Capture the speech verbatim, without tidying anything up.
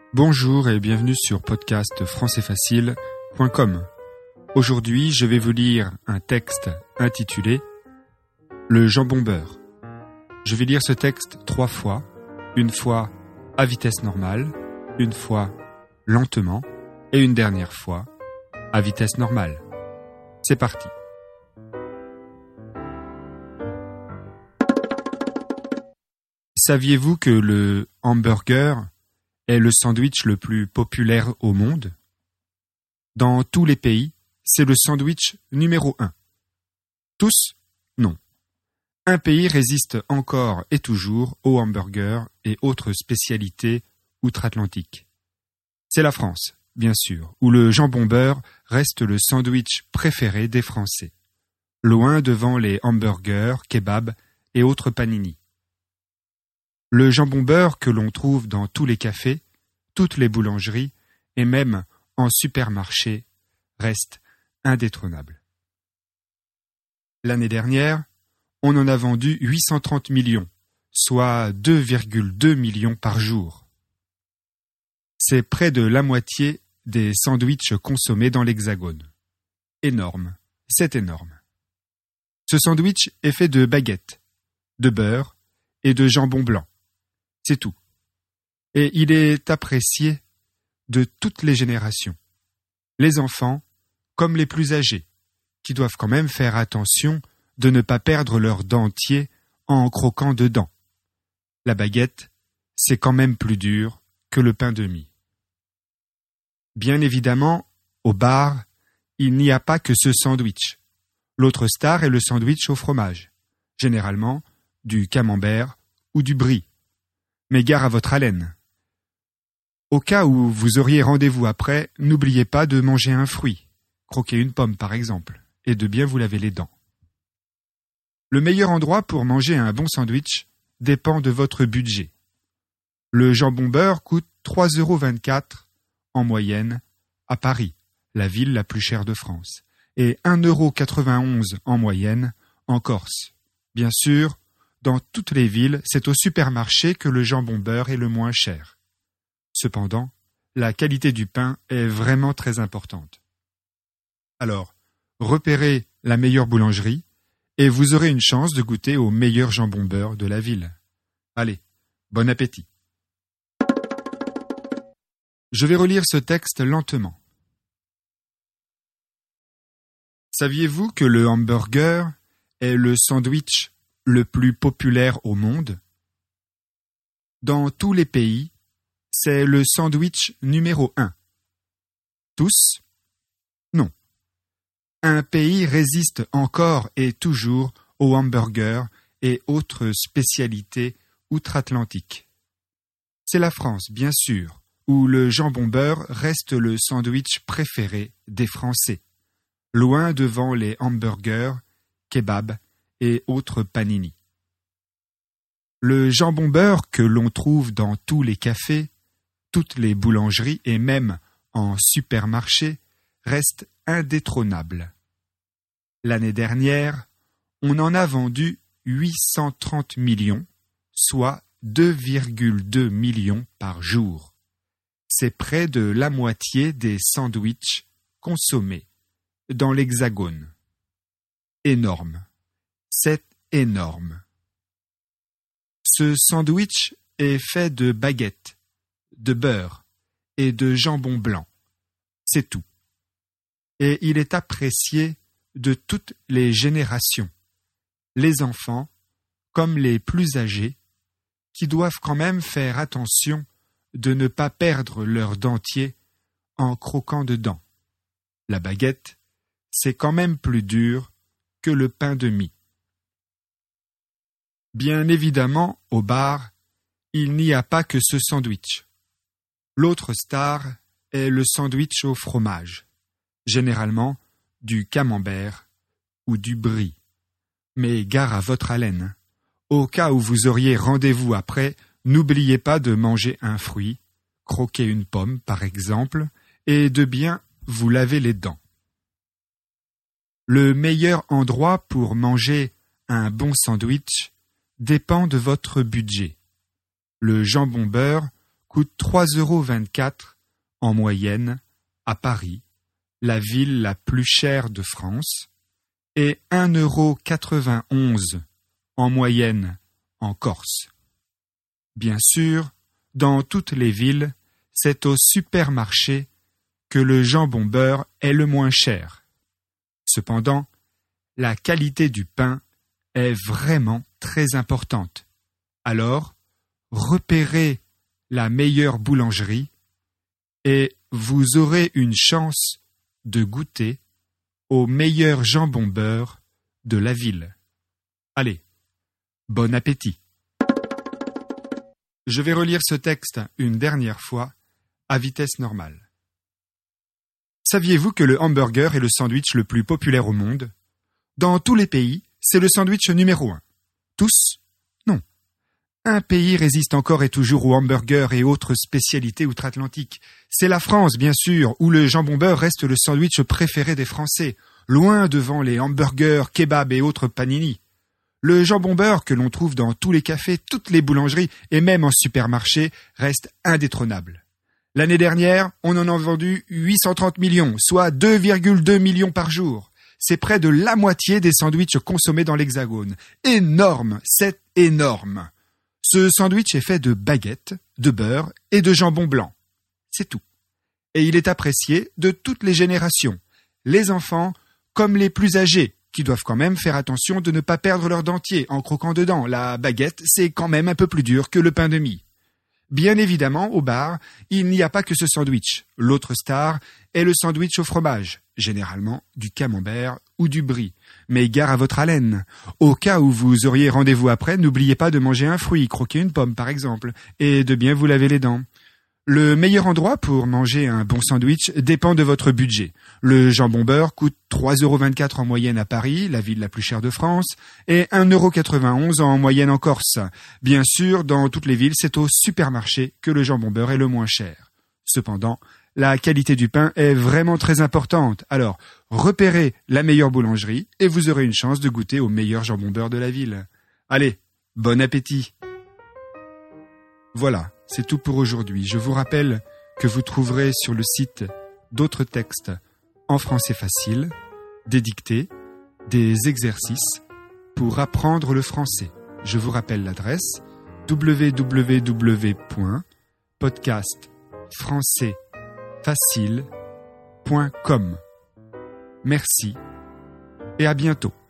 Bonjour et bienvenue sur podcast français facile point com. Aujourd'hui, je vais vous lire un texte intitulé « Le jambon beurre ». Je vais lire ce texte trois fois, une fois à vitesse normale, une fois lentement et une dernière fois à vitesse normale. C'est parti. Saviez-vous que le hamburger est le sandwich le plus populaire au monde? Dans tous les pays, c'est le sandwich numéro un. Tous? Non. Un pays résiste encore et toujours au hamburger et autres spécialités outre-Atlantique. C'est la France, bien sûr, où le jambon beurre reste le sandwich préféré des Français, loin devant les hamburgers, kebabs et autres panini. Le jambon beurre que l'on trouve dans tous les cafés, toutes les boulangeries et même en supermarché reste indétrônable. L'année dernière, on en a vendu huit cent trente millions, soit deux virgule deux millions par jour. C'est près de la moitié des sandwichs consommés dans l'Hexagone. Énorme, c'est énorme. Ce sandwich est fait de baguettes, de beurre et de jambon blanc. C'est tout. Et il est apprécié de toutes les générations. Les enfants, comme les plus âgés, qui doivent quand même faire attention de ne pas perdre leurs dentiers en croquant dedans. La baguette, c'est quand même plus dur que le pain de mie. Bien évidemment, au bar, il n'y a pas que ce sandwich. L'autre star est le sandwich au fromage, généralement du camembert ou du brie. Mais gare à votre haleine. Au cas où vous auriez rendez-vous après, n'oubliez pas de manger un fruit, croquer une pomme par exemple, et de bien vous laver les dents. Le meilleur endroit pour manger un bon sandwich dépend de votre budget. Le jambon beurre coûte trois euros vingt-quatre en moyenne à Paris, la ville la plus chère de France, et un euro quatre-vingt-onze en moyenne en Corse. Bien sûr, dans toutes les villes, c'est au supermarché que le jambon beurre est le moins cher. Cependant, la qualité du pain est vraiment très importante. Alors, repérez la meilleure boulangerie et vous aurez une chance de goûter au meilleur jambon beurre de la ville. Allez, bon appétit. Je vais relire ce texte lentement. Saviez-vous que le hamburger est le sandwich le plus populaire au monde? Dans tous les pays, c'est le sandwich numéro un. Tous? Non. Un pays résiste encore et toujours au hamburger et autres spécialités outre-Atlantique. C'est la France, bien sûr, où le jambon beurre reste le sandwich préféré des Français, loin devant les hamburgers, kebabs et autres panini. Le jambon beurre que l'on trouve dans tous les cafés, toutes les boulangeries et même en supermarché reste indétrônable. L'année dernière, on en a vendu huit cent trente millions, soit deux virgule deux millions par jour. C'est près de la moitié des sandwichs consommés dans l'Hexagone. Énorme. C'est énorme. Ce sandwich est fait de baguettes, de beurre et de jambon blanc. C'est tout. Et il est apprécié de toutes les générations. Les enfants, comme les plus âgés, qui doivent quand même faire attention de ne pas perdre leurs dentiers en croquant dedans. La baguette, c'est quand même plus dur que le pain de mie. Bien évidemment, au bar, il n'y a pas que ce sandwich. L'autre star est le sandwich au fromage, généralement du camembert ou du brie. Mais gare à votre haleine. Au cas où vous auriez rendez-vous après, n'oubliez pas de manger un fruit, croquer une pomme par exemple, et de bien vous laver les dents. Le meilleur endroit pour manger un bon sandwich dépend de votre budget. Le jambon beurre coûte trois euros vingt-quatre en moyenne à Paris, la ville la plus chère de France, et un euro quatre-vingt-onze en moyenne en Corse. Bien sûr, dans toutes les villes, c'est au supermarché que le jambon beurre est le moins cher. Cependant, la qualité du pain est vraiment très importante. Alors, repérez la meilleure boulangerie et vous aurez une chance de goûter au meilleur jambon beurre de la ville. Allez, bon appétit! Je vais relire ce texte une dernière fois à vitesse normale. Saviez-vous que le hamburger est le sandwich le plus populaire au monde? Dans tous les pays, c'est le sandwich numéro un. Tous? Non. Un pays résiste encore et toujours aux hamburgers et autres spécialités outre-Atlantique. C'est la France, bien sûr, où le jambon beurre reste le sandwich préféré des Français, loin devant les hamburgers, kebabs et autres panini. Le jambon beurre que l'on trouve dans tous les cafés, toutes les boulangeries et même en supermarché reste indétrônable. L'année dernière, on en a vendu huit cent trente millions, soit deux virgule deux millions par jour. C'est près de la moitié des sandwichs consommés dans l'Hexagone. Énorme, c'est énorme. Ce sandwich est fait de baguettes, de beurre et de jambon blanc. C'est tout. Et il est apprécié de toutes les générations, les enfants comme les plus âgés, qui doivent quand même faire attention de ne pas perdre leur dentier en croquant dedans. La baguette, c'est quand même un peu plus dur que le pain de mie. Bien évidemment, au bar, il n'y a pas que ce sandwich. L'autre star est le sandwich au fromage, généralement du camembert ou du brie. Mais gare à votre haleine. Au cas où vous auriez rendez-vous après, n'oubliez pas de manger un fruit, croquer une pomme par exemple, et de bien vous laver les dents. Le meilleur endroit pour manger un bon sandwich dépend de votre budget. Le jambon beurre coûte trois euros vingt-quatre en moyenne à Paris, la ville la plus chère de France, et un euro quatre-vingt-onze en moyenne en Corse. Bien sûr, dans toutes les villes, c'est au supermarché que le jambon beurre est le moins cher. Cependant, la qualité du pain est vraiment très importante. Alors, repérez la meilleure boulangerie et vous aurez une chance de goûter au meilleur jambon beurre de la ville. Allez, bon appétit! Voilà. C'est tout pour aujourd'hui. Je vous rappelle que vous trouverez sur le site d'autres textes en français facile, des dictées, des exercices pour apprendre le français. Je vous rappelle l'adresse w w w point podcast français facile point com. Merci et à bientôt.